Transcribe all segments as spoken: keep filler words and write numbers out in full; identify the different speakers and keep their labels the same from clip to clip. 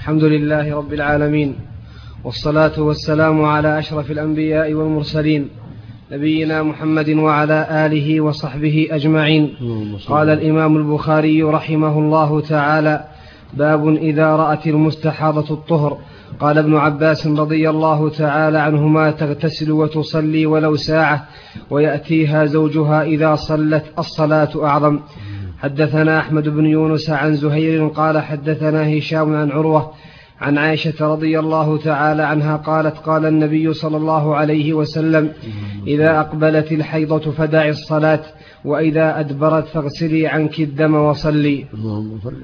Speaker 1: الحمد لله رب العالمين، والصلاة والسلام على أشرف الأنبياء والمرسلين نبينا محمد وعلى آله وصحبه أجمعين. قال الإمام البخاري رحمه الله تعالى: باب إذا رأت المستحاضة الطهر. قال ابن عباس رضي الله تعالى عنهما: تغتسل وتصلي ولو ساعة، ويأتيها زوجها إذا صلت الصلاة أعظم. حدثنا أحمد بن يونس عن زهير قال حدثنا هشام عن عروة عن عائشة رضي الله تعالى عنها قالت: قال النبي صلى الله عليه وسلم: إذا أقبلت الحيضة فدعي الصلاة، وإذا أدبرت فاغسلي عنك الدم وصلي.
Speaker 2: اللهم صل.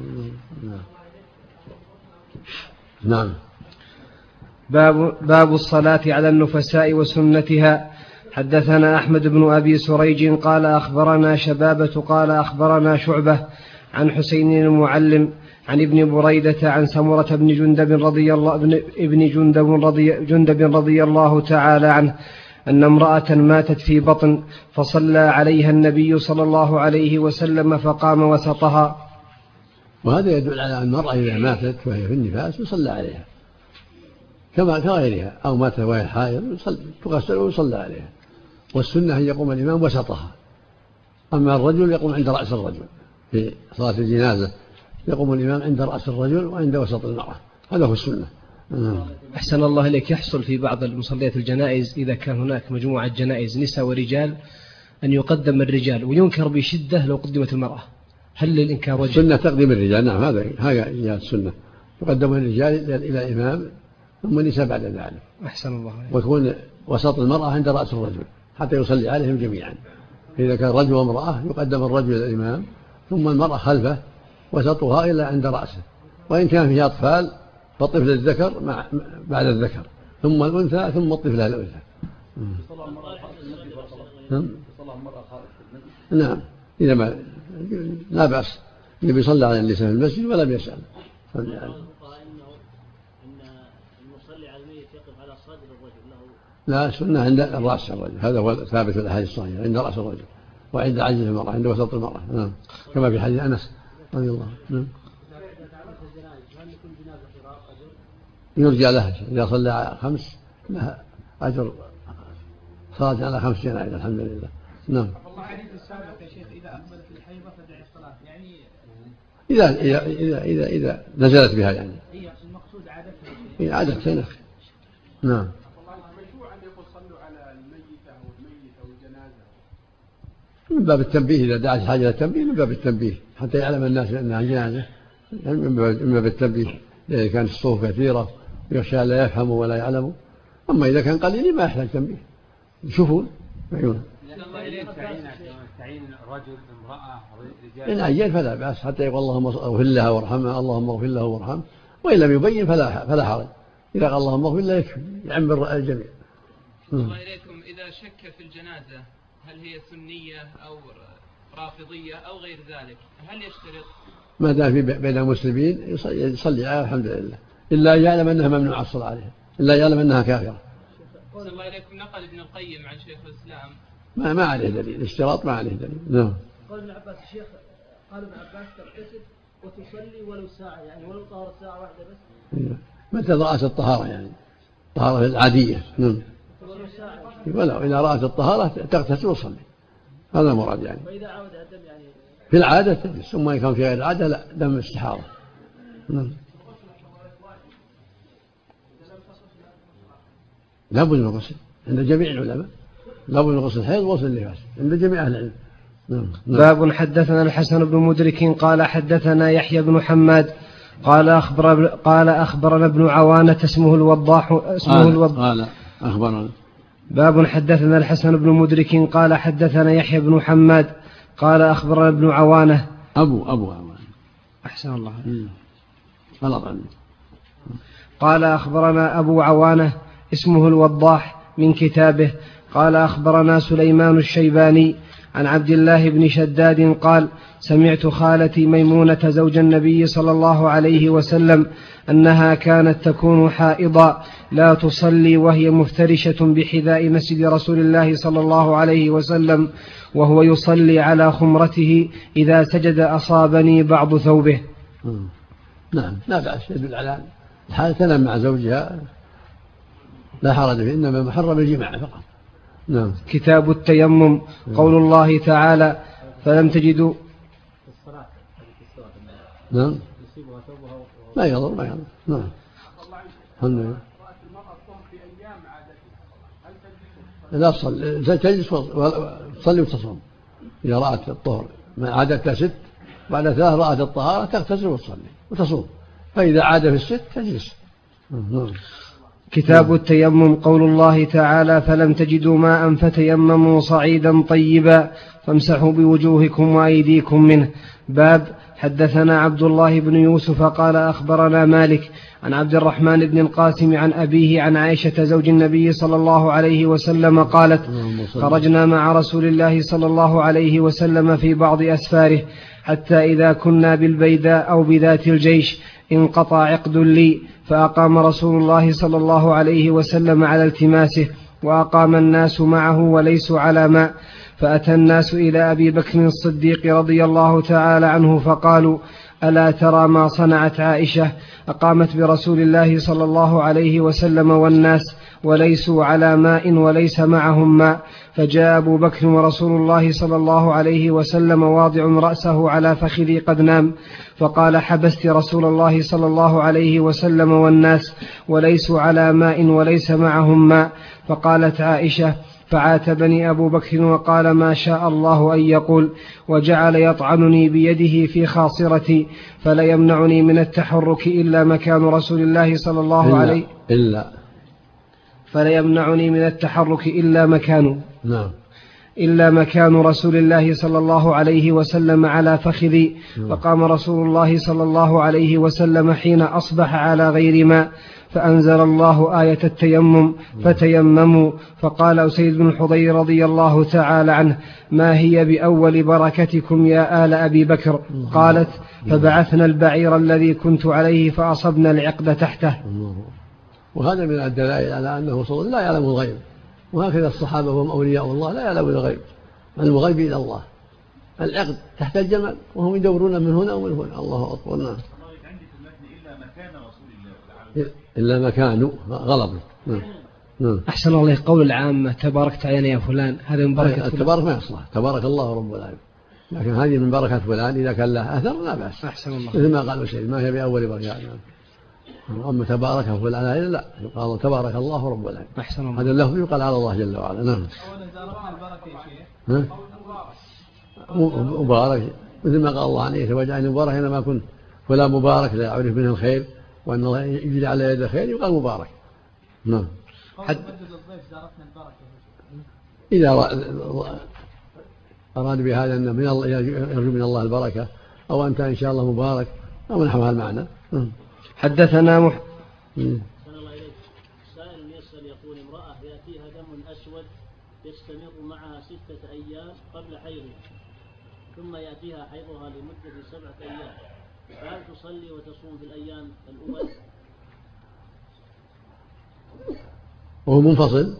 Speaker 2: نعم.
Speaker 1: باب, باب الصلاة على النفساء وسنتها. حدثنا أحمد بن أبي سريج قال أخبرنا شبابة قال أخبرنا شعبة عن حسين المعلم عن ابن بريدة عن سمرة بن جندب رضي الله ابن جندب رضي, جندب رضي الله تعالى عنه أن امرأة ماتت في بطن، فصلى عليها النبي صلى الله عليه وسلم فقام وسطها.
Speaker 2: وهذا يدل على أن المرأة إذا ماتت وهي في النفاس يصلى عليها كما كغيرها، أو ماتت وهي حائض تغسل ويصلى عليها. والسنة أن يقوم الإمام وسطها. أما الرجل يقوم عند رأس الرجل في صلاة الجنازة، يقوم الإمام عند رأس الرجل وعند وسط المرأة، هذا هو السنة.
Speaker 1: أحسن الله إليك. يحصل في بعض المصليات الجنائز إذا كان هناك مجموعة جنائز نساء ورجال أن يقدم الرجال، وينكر بشدة لو قدمت المرأة. هل للإنكار وجه؟
Speaker 2: السنة تقديم الرجال، نعم، هذا هي السنة. يقدم الرجال إلى الإمام ثم النساء بعد ذلك.
Speaker 1: أحسن الله إليك.
Speaker 2: ويكون وسط المرأة عند رأس الرجل حتى يصلي عليهم جميعا. إذا كان رجل وامرأة يقدم الرجل إلى الإمام ثم المرأة خلفه وسطها إلا عند رأسه. وإن كان فيه أطفال فالطفل الذكر مع بعد الذكر، ثم الأنثى ثم الطفل الأنثى. نعم، إذا ما لا بأس. النبي صلى على النساء في المسجد ولم يسأل. لا، السنة عند رأس الرجل، هذا هو ثابت في الأحاديث الصحيحة، عند رأس الرجل وعند عجز المرأة، عند وسط المرأة. نعم، كما في حديث أنس رضي الله عنه. يرجى لها إذا صلى على خمس لها أجر صلاة على خمس جنائز الحمد لله. نعم.
Speaker 3: الحديث السابق يا شيخ: إذا أقبلت الحيضة فدعي الصلاة، يعني
Speaker 2: إذا إذا إذا إذا, إذا نزلت بها، يعني
Speaker 3: هي المقصود عادتها.
Speaker 2: هي عادتها. نعم. من باب التنبيه، إذا دعت حاجة للتنبيه من باب التنبيه حتى يعلم الناس أنها جنازة، من باب التنبيه. إذا كانت الصوف كثيرة ويخشى لا يفهموا ولا يعلموا. أما إذا كان قليل ما يحتاج تنبيه، يشوفون عيونه.
Speaker 4: تعيين رجل امرأة رجال
Speaker 2: إن عين فلا بأس، حتى يقول اللهم اغفر لها وارحمها، اللهم اغفر له وارحمه. وإن لم يبين فلا فلا حرج. إذا قال اللهم اغفر له يكفي، يعم الجميع.
Speaker 5: الله إليكم. إذا شك في الجنازة هل هي سنية أو رافضية أو غير ذلك، هل يشترط؟
Speaker 2: ما دام في بين المسلمين يصلي عليها الحمد لله، إلا يعلم أنها ممنوع الصلاة عليها، إلا يعلم أنها كافرة.
Speaker 5: صلى الله عليكم. نقل ابن القيم عن شيخ الإسلام
Speaker 2: ما ما عليه دليل، الاشتراط ما عليه دليل. نعم.
Speaker 3: قال ابن عباس الشيخ قال ابن عباس: تغتسل وتصلي ولو ساعة، يعني ولو طهرت ساعة واحدة بس.
Speaker 2: متى رأت الطهارة، يعني الطهارة العادية. نعم. ولو إذا رأت الطهارة تغتسل وتصلي، هذا المراد يعني.
Speaker 3: وإذا عود الدم يعني
Speaker 2: في العادة تجلس، ثم يكون في غير العادة لا، دم استحارة. نعم. لا بد من الغسل عند جميع العلماء، لا بد من غسل الحيض وغسل النفاس عند جميع أهل العلم. نعم.
Speaker 1: باب حدثنا الحسن بن مدرك قال حدثنا يحيى بن حماد قال أخبر قال أخبرنا ابن عوانة اسمه الوضاح اسمه الوضاح
Speaker 2: قال أخبرنا.
Speaker 1: باب حدثنا الحسن بن مدرك قال حدثنا يحيى بن حماد قال أخبرنا ابن عوانة
Speaker 2: أبو أبو عوانة.
Speaker 1: أحسن الله.
Speaker 2: غلط عنه.
Speaker 1: قال أخبرنا أبو عوانة اسمه الوضاح من كتابه قال أخبرنا سليمان الشيباني عن عبد الله بن شداد قال: سمعت خالتي ميمونة زوج النبي صلى الله عليه وسلم أنها كانت تكون حائضا لا تصلي وهي مفترشة بحذاء مسجد رسول الله صلى الله عليه وسلم وهو يصلي على خمرته، إذا سجد أصابني بعض ثوبه.
Speaker 2: نعم لا بأس، يدل على الحال تنام مع زوجها لا حرج فيه، إنما محرم الجماع فقط. نعم.
Speaker 1: كتاب التيمم. قول الله تعالى فلم تجدوا.
Speaker 2: نعم ما يضر ما يضر. نعم الحمد لله. لا تصلي تجلس تصلي وتصوم إذا رأت الطهر، ما عادت ست بعد ثلاث رأت الطهارة تغتسل وتصلي وتصوم، فإذا عاد في الست تجلس.
Speaker 1: كتاب التيمم. قول الله تعالى فلم تجدوا ماء فتيمموا صعيدا طيبا فامسحوا بوجوهكم وأيديكم منه. باب. حدثنا عبد الله بن يوسف قال أخبرنا مالك عن عبد الرحمن بن القاسم عن أبيه عن عائشة زوج النبي صلى الله عليه وسلم قالت خرجنا مع رسول الله صلى الله عليه وسلم في بعض أسفاره حتى إذا كنا بالبيداء أو بذات الجيش انقطع عقد لي، فأقام رسول الله صلى الله عليه وسلم على التماسه، وأقام الناس معه وليسوا على ماء، فأتى الناس إلى أبي بكر الصديق رضي الله تعالى عنه فقالوا ألا ترى ما صنعت عائشة؟ أقامت برسول الله صلى الله عليه وسلم والناس وليسوا على ماء وليس معهم ماء. فجاء أبو بكر ورسول الله صلى الله عليه وسلم واضع رأسه على فخذي قد نام، فقال حبست رسول الله صلى الله عليه وسلم والناس وليسوا على ماء وليس معهم ماء. فقالت عائشة فعاتبني أبو بكر وقال ما شاء الله أن يقول، وجعل يطعنني بيده في خاصرتي، فلا يمنعني من التحرك إلا مكان رسول الله صلى الله عليه
Speaker 2: إلا
Speaker 1: فلا يمنعني من التحرك إلا مكانه
Speaker 2: نعم
Speaker 1: إلا مكان رسول الله صلى الله عليه وسلم على فخذي. فقام رسول الله صلى الله عليه وسلم حين أصبح على غير ماء، فأنزل الله آية التيمم فتيمموا. فقال أسيد بن الحضير رضي الله تعالى عنه ما هي بأول بركتكم يا آل أبي بكر؟ قالت فبعثنا البعير الذي كنت عليه فأصبنا العقد تحته.
Speaker 2: وهذا من الدلائل على أنه صلى الله لا يعلم الغيب، وهكذا الصحابة وهم أولياء الله لا يعلمون الغيب، الغيب إلى الله. العقد تحت الجمل وهم يدورون من هنا ومن هنا. الله أكبر. نعم إلا مكانه غلط. نعم.
Speaker 1: أحسن الله إليك. قول العامة تباركت علينا يا فلان، هذا من بركة
Speaker 2: التبارك ما يصلح، تبارك الله رب العالمين، لكن هذه من بركة فلان إذا كان له أثر لا بأس.
Speaker 1: أحسن الله.
Speaker 2: مثل ما قال سيد ما هي بأول بركة. أما تبارك فلان لا، يقال تبارك الله رب العالمين.
Speaker 1: أحسن الله.
Speaker 2: هذا اللفظ يقال على الله جل وعلا. نعم. مبارك مثل ما قال الله عنه وجعلني مبارك إنما كنت فلا مبارك لا أعرف منه الخير، وأن الله يجري على يد الخير يقال مبارك. نعم.
Speaker 3: حد
Speaker 2: إذا أراد بهذا أن من الله يرجو من الله البركة، أو أنت إن شاء الله مبارك أو نحو هذا المعنى.
Speaker 1: حدثنا مح...
Speaker 6: سائل يسأل يقول امرأة يأتيها دم أسود يستمر معها ستة أيام قبل حيضها، ثم يأتيها حيضها لمدة سبعة أيام، فهل تصلي وتصوم في الأيام الأول؟
Speaker 2: وهو منفصل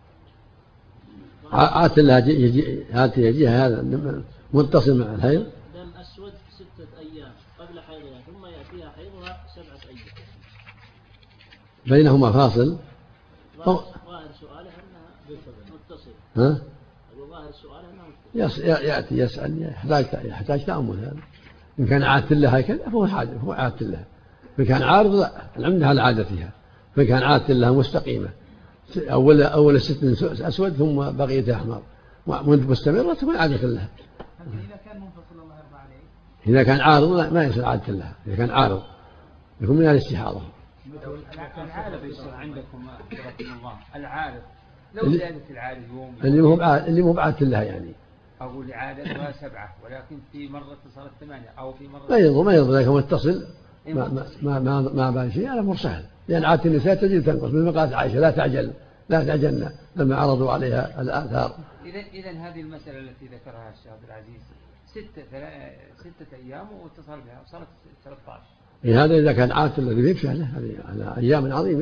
Speaker 2: عادت لها عادت يجيها هذا متصل مع الحيض.
Speaker 6: دم أسود ستة أيام قبل حيضها، ثم يأتيها حيضها سبعة أيام،
Speaker 2: بينهما فاصل.
Speaker 6: ظاهر سؤاله أنها متصل.
Speaker 2: ها؟
Speaker 6: ظاهر سؤاله أنها متصل.
Speaker 2: يأتي يسأل يحتاج يحتاج تأمل. هذا إن كان عادت لها كذا فهو حاجة هو عادت لها، إن كان عارض لا عندها العادة فيها، فإن كان عادت لها مستقيمة أول أول ست أسود ثم بقية أحمر مستمرة تكون عادة لها.
Speaker 3: إذا كان منفصل الله يرضى عليه،
Speaker 2: إذا كان عارض ما يصير عادة لها، إذا كان عارض يكون من الاستحاضة.
Speaker 4: العارض يصير عندكم رحمه الله العارض لو زادت العادة يوم
Speaker 2: اللي مو اللي مو بعادة لها يعني.
Speaker 4: أقول عادتها سبعة ولكن في مرة صارت ثمانية أو في مرة
Speaker 2: ما يضر ما يضر لكن متصل ما ما ما ما, ما بان شيء هذا أمر سهل، لأن عادة النساء تجد تنقص مثل ما قالت عائشة لا تعجل لا تعجلن لما عرضوا عليها الآثار.
Speaker 4: إذا إذا هذه المسألة التي ذكرها الشيخ عبد العزيز ستة ستة أيام واتصل بها صارت ثلاثة عشر.
Speaker 2: هذا إذا كان عادة الذي بيبشع له هذه على أيام عظيمة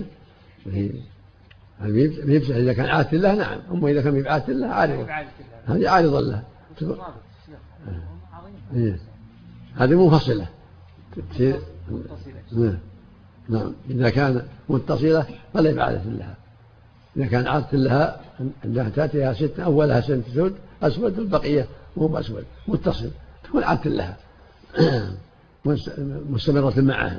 Speaker 2: بيبشع إذا كان عادة له نعم، أما إذا كان بيبعادة له عارضة هذه عارضة له. هذه منفصلة
Speaker 4: متصلة.
Speaker 2: نعم إذا كان متصلة فلا إبعادة لها. إذا كان عادة لها أنها تأتيها ست أولها ست أسود أسود والبقية مو أسود متصل تكون عادة لها مستمرة معها.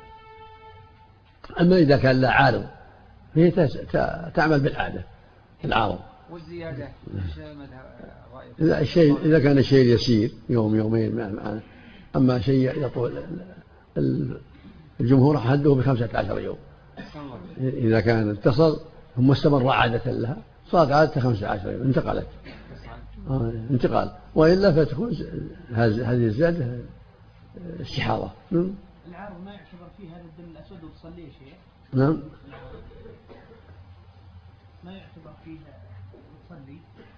Speaker 2: أما إذا كان لا عارض فهي تعمل بالعادة العارض.
Speaker 4: والزيادة
Speaker 2: إذا الشيء إذا كان الشيء يسير يوم يومين معنا. أما شيء يطول الجمهور حده بخمسة عشر يوم. إذا كان اتصل ثم استمر عادة لها صارت عادة خمسة عشر يوم انتقلت آه انتقال. وإلا فتكون هذه الزيادة استحاضة.
Speaker 3: العارض ما يعتبر فيه هذا الدم الأسود وتصليه شيء؟
Speaker 2: نعم
Speaker 3: ما يعتبر فيه تصلي.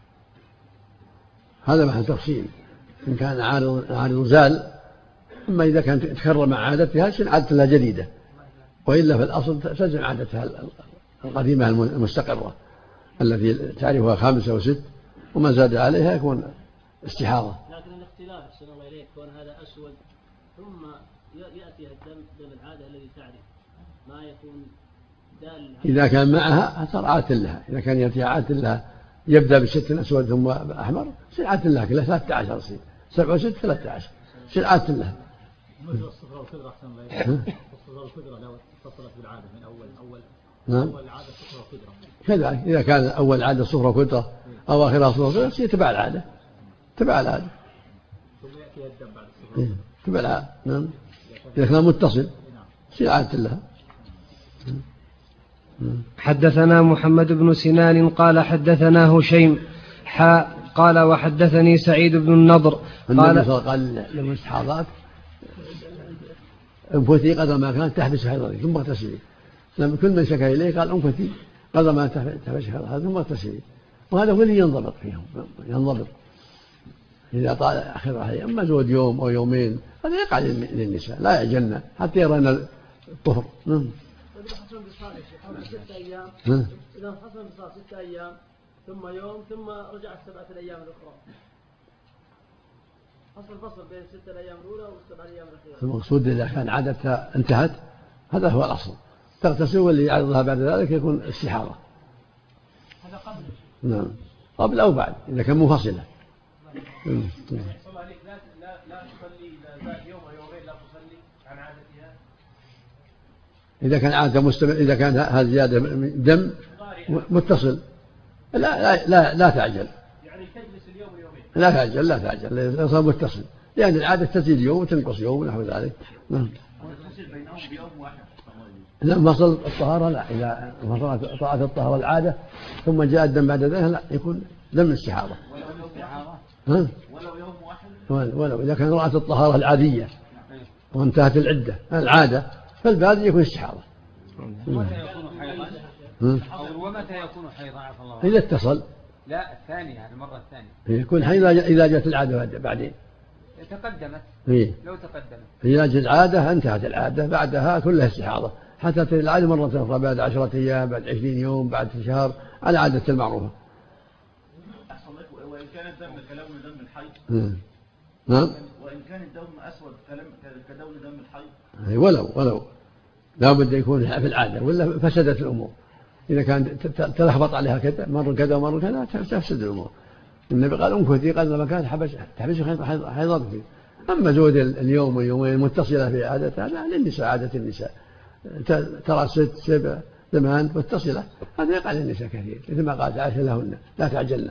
Speaker 2: هذا محل تفصيل. إن كان عارض عارض زال. أما إذا كانت تكرر مع عادتها شن عادة لها جديدة. وإلا في الأصل تلزم عادتها القديمة المستقرة التي تعرفها خامسة وست وما زاد عليها يكون استحاضة.
Speaker 6: لكن الاختلاف أحسن الله إليك كون هذا أسود ثم يأتي الدم دم العادة الذي تعرف ما يكون دال.
Speaker 2: إذا كان معها صار عادة لها. إذا كان يأتيها عادة لها يبدأ بست أسود ثم أحمر صير عادة لها كلها ثلاثة عشر صير سبعة وست ثلاثة عشر صير عادة لها.
Speaker 7: مثل الصغرى والكبرى أحسن الله إليك. الصغرى والكبرى لو اتصلت بالعادة من أول أول
Speaker 2: نعم.
Speaker 7: أول عادة صغرى وكبرى
Speaker 2: كذلك إذا كان أول عادة صغرى وكبرى أو آخرها صغرى وكبرى يصير تبع العادة تبع العادة
Speaker 7: ثم يأتي الدم بعد الصغرى
Speaker 2: تبع العادة. نعم إذا كان متصل يصير عادة لها.
Speaker 1: حدثنا محمد بن سنان قال حدثنا هشيم حاء قال وحدثني سعيد بن النضر
Speaker 2: قال قال للمستحاضات انفتي قدر ما كانت تحبس حيضتك ثم اغتسلي. لما كل من شكا إليه قال انفتي قدر ما تحبس حيضتك ثم اغتسلي. وهذا هو اللي ينضبط فيهم ينضبط إذا طال آخرها. أما زود يوم أو يومين هذا يقع للنساء لا يعجلن حتى يرين الطهر.
Speaker 3: إذا حصل بصال ستة أيام إذا حصل بصال ستة أيام ثم يوم ثم رجعت سبعة الأيام الأخرى حصل فصل بين الستة الأيام الأولى والسبعة الأيام الأخيرة.
Speaker 2: المقصود إذا كان عادتها انتهت هذا هو الأصل تغتسل واللي يعرضها بعد ذلك يكون استحارة.
Speaker 3: هذا قبل
Speaker 2: نعم قبل أو بعد إذا كان منفصلة.
Speaker 3: لا لا لا تصلي إذا زاد يوم أو يومين لا تصلي عن عادتها.
Speaker 2: إذا كان عادة مستمر إذا كان هذا زيادة دم متصل لا لا لا, لا تعجل.
Speaker 3: يعني تجلس اليوم ويومين.
Speaker 2: لا تعجل لا تعجل لا صار متصل لأن يعني العادة تزيد يوم وتنقص يوم ونحو ذلك. نعم.
Speaker 7: وتصل بينهم بيوم واحد.
Speaker 2: لا فصل الطهارة لا إذا فصلت طاعة الطهارة العادة ثم جاء الدم بعد ذلك لا يكون دم استحاضة.
Speaker 7: ولو يوم استحاضة.
Speaker 2: ها؟
Speaker 7: ولو يوم واحد.
Speaker 2: ولو إذا كان رأت الطهارة العادية وانتهت العدة العادة فالباقي يكون استحاضة.
Speaker 4: ومتى يكون حيضا؟ ومتى يكون حيضا عفى الله؟
Speaker 2: إذا اتصل.
Speaker 4: لا الثانية المرة الثانية.
Speaker 2: يكون حيضا إذا جاءت العادة بعدين.
Speaker 4: تقدمت.
Speaker 2: إيه.
Speaker 4: لو تقدمت.
Speaker 2: إذا جاءت العادة انتهت العادة بعدها كلها استحاضة حتى تجد العادة مرة أخرى بعد عشرة أيام بعد عشرين يوم بعد شهر على عادة المعروفة.
Speaker 7: وإن كان الدم كلون دم الحيض.
Speaker 2: نعم.
Speaker 7: وإن كان الدم أسود كلون دم الحيض.
Speaker 2: ولو ولو لا بد يكون في العادة ولا فسدت الأمور. إذا كان تلخبط عليها كذا مرة كذا ومرة كذا تفسد الأمور. النبي قال انكثي قدر ما كانت حبس تحبس حيضتك. أما زود اليوم واليومين المتصلة في عادتها لا للنساء عادة النساء ترى ست سبع ثمان متصلة هذا يقع للنساء كثير مثل ما قالت عائشة لهن لا تعجلن.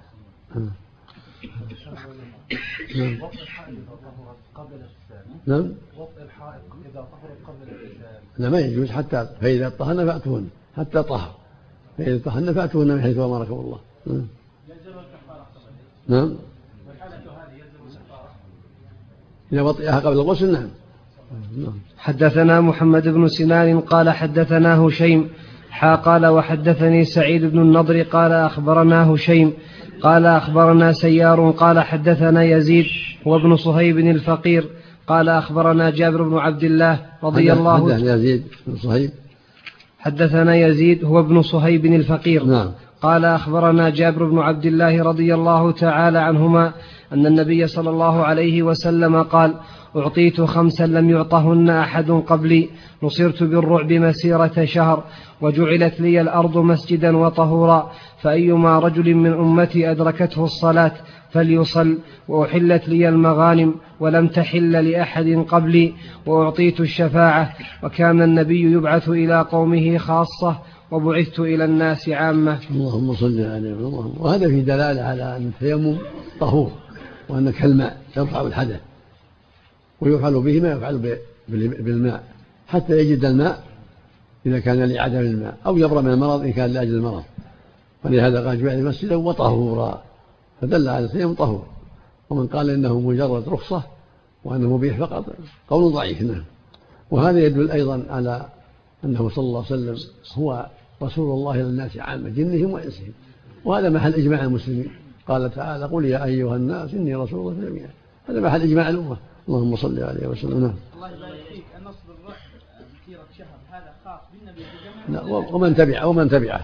Speaker 8: وطئ الحائض إذا طهرت قبل الاغتسال.
Speaker 2: نعم.
Speaker 8: وطئ الحائض إذا طهرت قبل الاغتسال.
Speaker 2: لا ما يجوز حتى فإذا طهرن فأتوهن حتى طهر فإذا طهرن فأتوهن من حيث أمركم الله.
Speaker 3: يلزم الكفارة.
Speaker 2: نعم.
Speaker 3: والحالة هذه يلزم الكفارة.
Speaker 2: إذا وطئها قبل الغسل نعم.
Speaker 1: حدثنا محمد بن سنان قال حدثنا هشيم حا قال وحدثني سعيد بن النضر قال أخبرنا هشيم قال أخبرنا سيار قال حدثنا يزيد هو ابن صهيب الفقير قال أخبرنا جابر بن عبد الله رضي الله
Speaker 2: عنه يزيد بن صهيب
Speaker 1: حدثنا يزيد هو ابن صهيب الفقير
Speaker 2: نعم.
Speaker 1: قال أخبرنا جابر بن عبد الله رضي الله تعالى عنهما أن النبي صلى الله عليه وسلم قال أعطيت خمسا لم يعطهن أحد قبلي، نصرت بالرعب مسيرة شهر، وجعلت لي الأرض مسجدا وطهورا، فأيما رجل من أمتي أدركته الصلاة فليصل، وأحلت لي المغانم ولم تحل لأحد قبلي، وأعطيت الشفاعة، وكان النبي يبعث إلى قومه خاصة، وبعثت إلى الناس عامة.
Speaker 2: اللهم صل عليه وسلم. وهذا في دلالة على أن التيمم طهور، وأن كالماء يرفع الحدث، ويفعل به ما يفعل بالماء حتى يجد الماء إذا كان لعدم الماء، أو يبرأ من المرض إن كان لأجل المرض. ولهذا قال جعل مسجدا وطهورا، فدل على التيمم طهور. ومن قال إنه مجرد رخصة وأنه مبيح فقط قول ضعيف. نعم. وهذا يدل أيضا على أنه صلى الله عليه وسلم هو رسول الله للناس عامة جنهم وإنسهم، وهذا محل إجماع المسلمين. قال تعالى: قل يا أيها الناس إني رسول الله جميعا. هذا محل إجماع الأمة. اللهم صل عليه وسلم. نعم.
Speaker 3: الله يبارك فيك. النص بالرعب مسيرة شهر هذا خاص بالنبي بجميع
Speaker 2: لا، ومن تبعه ومن تبعه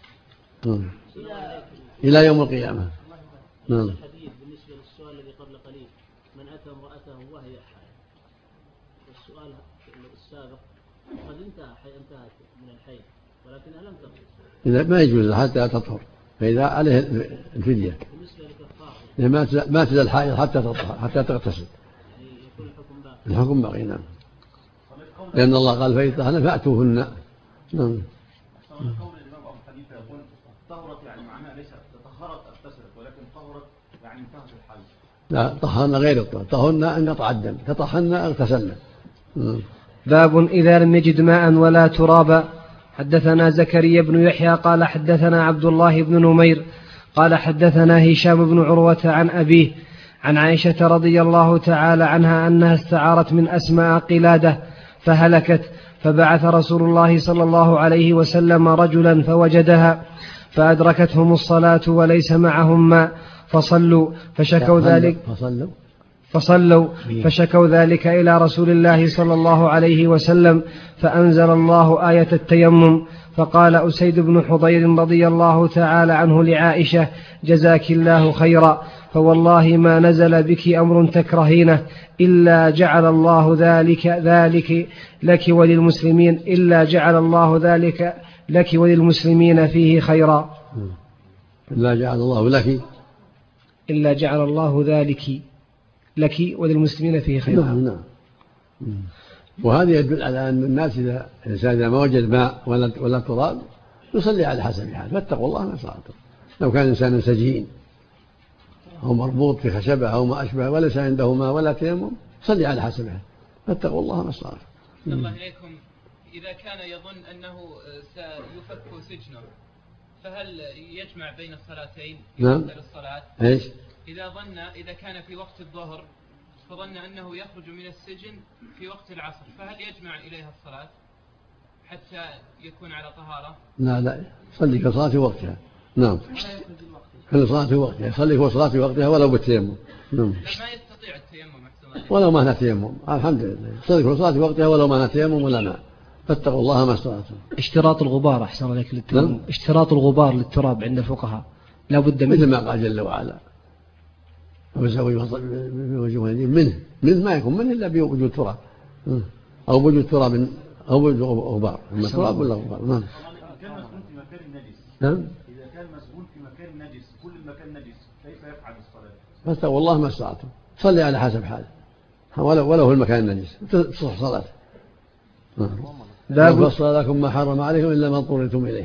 Speaker 2: إلى يوم القيامة. نعم.
Speaker 6: الحديث بالنسبة للسؤال الذي قبل قليل: من أتى امرأته وهي حائض. السؤال السابق قد انتهى انتهت من الحيض ولكنها لم تطهر.
Speaker 2: إذا ما يجوز حتى تطهر، فإذا عليه الفدية.
Speaker 6: بالنسبة لكفارة
Speaker 2: ما تزال الحائض حتى تطهر حتى تغتسل.
Speaker 6: يعني يكون الحكم باقي.
Speaker 2: الحكم باقي. نعم. لأن الله قال: فإذا طهرن فأتوهن. نعم.
Speaker 8: قول الإمام أبو حنيفة يقول طهرت يعني معناها ليس تطهرت اغتسلت، ولكن طهرت يعني انتهت الحيض.
Speaker 2: لا، طهرنا غير الطهر، طهرن انقطع الدم، تطهرن اغتسلنا.
Speaker 1: باب إذا لم يجد ماء ولا ترابا. حدثنا زكريا بن يحيى قال حدثنا عبد الله بن نمير قال حدثنا هشام بن عروة عن أبيه عن عائشة رضي الله تعالى عنها أنها استعارت من أسماء قلادة فهلكت، فبعث رسول الله صلى الله عليه وسلم رجلا فوجدها، فأدركتهم الصلاة وليس معهم ماء، فصلوا فشكوا ذلك
Speaker 2: فصلوا
Speaker 1: فصلوا فشكوا ذلك إلى رسول الله صلى الله عليه وسلم، فأنزل الله آية التيمم، فقال أسيد بن حضير رضي الله تعالى عنه لعائشة: جزاك الله خيرا، فوالله ما نزل بك أمر تكرهينه إلا جعل الله ذلك ذلك لك وللمسلمين إلا جعل الله ذلك لك وللمسلمين فيه خيرا.
Speaker 2: إلا جعل الله لك
Speaker 1: إلا جعل الله ذلك لك وللمسلمين فيه خيرا.
Speaker 2: نعم. نعم. وهذا يدل على أن الناس إذا الإنسان إذا ما وجد ماء ولا ولا تراب يصلي على حسب حاله، فاتقوا الله ما استطعتم. لو كان إنسانا سجين أو مربوط في خشبة أو ما أشبه وليس عنده ماء ولا تيمم صلي على حسب حاله، فاتقوا الله ما استطعتم.
Speaker 5: الله إليكم، إذا كان يظن أنه سيفك سجنه فهل يجمع بين الصلاتين؟
Speaker 2: نعم.
Speaker 5: الصلاة
Speaker 2: إيش؟
Speaker 5: إذا ظن إذا كان في وقت الظهر فظن أنه يخرج من السجن في وقت العصر، فهل يجمع إليها الصلاة حتى يكون على طهارة؟
Speaker 2: لا لا، صلي في صلاة وقتها. نعم. كل صلاة في وقتها، يصلي في صلاة في وقتها ولو بالتيمم. نعم.
Speaker 5: ما يستطيع التيمم احتمال.
Speaker 2: ولو ما هنا تيمم، الحمد لله، يصلي في صلاة في وقتها ولو ما هنا تيمم ولا ماء، فاتقوا الله ما استطعتم.
Speaker 1: اشتراط الغبار أحسن عليك للتراب. نعم. اشتراط الغبار للتراب عند الفقهاء لا بد منه،
Speaker 2: مثل ما قال جل وعلا: منه منه ما يكون منه إلا بوجود تراب أو بوجود تراب أو بوجود غبار، أما تراب ولا غبار. نعم.
Speaker 8: كان مسجون في مكان نجس.
Speaker 2: نعم.
Speaker 8: إذا كان مسجون في مكان نجس كل المكان نجس كيف يفعل الصلاة؟
Speaker 2: فاتقوا الله ما استطعتم، صلي على حسب حاله ولو ولو في المكان النجس تصح صلاته. لا فصل لكم ما حرم عليكم إلا ما اضطررتم إليه.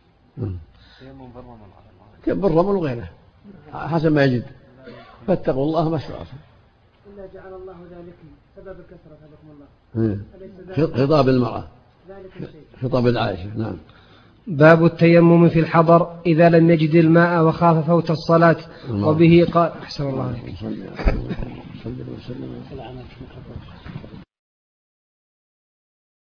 Speaker 2: بالرمل وغيره حسب ما يجد، فاتقوا الله ما استطعتم.
Speaker 3: إلا جعل الله ذلك سبب الكثرة فبكم الله.
Speaker 2: خطاب المرأة، خطاب العائشة. نعم.
Speaker 1: باب التيمم في الحضر إذا لم يجد الماء وخاف فوت الصلاة. وبه قال أحسن الله عليك.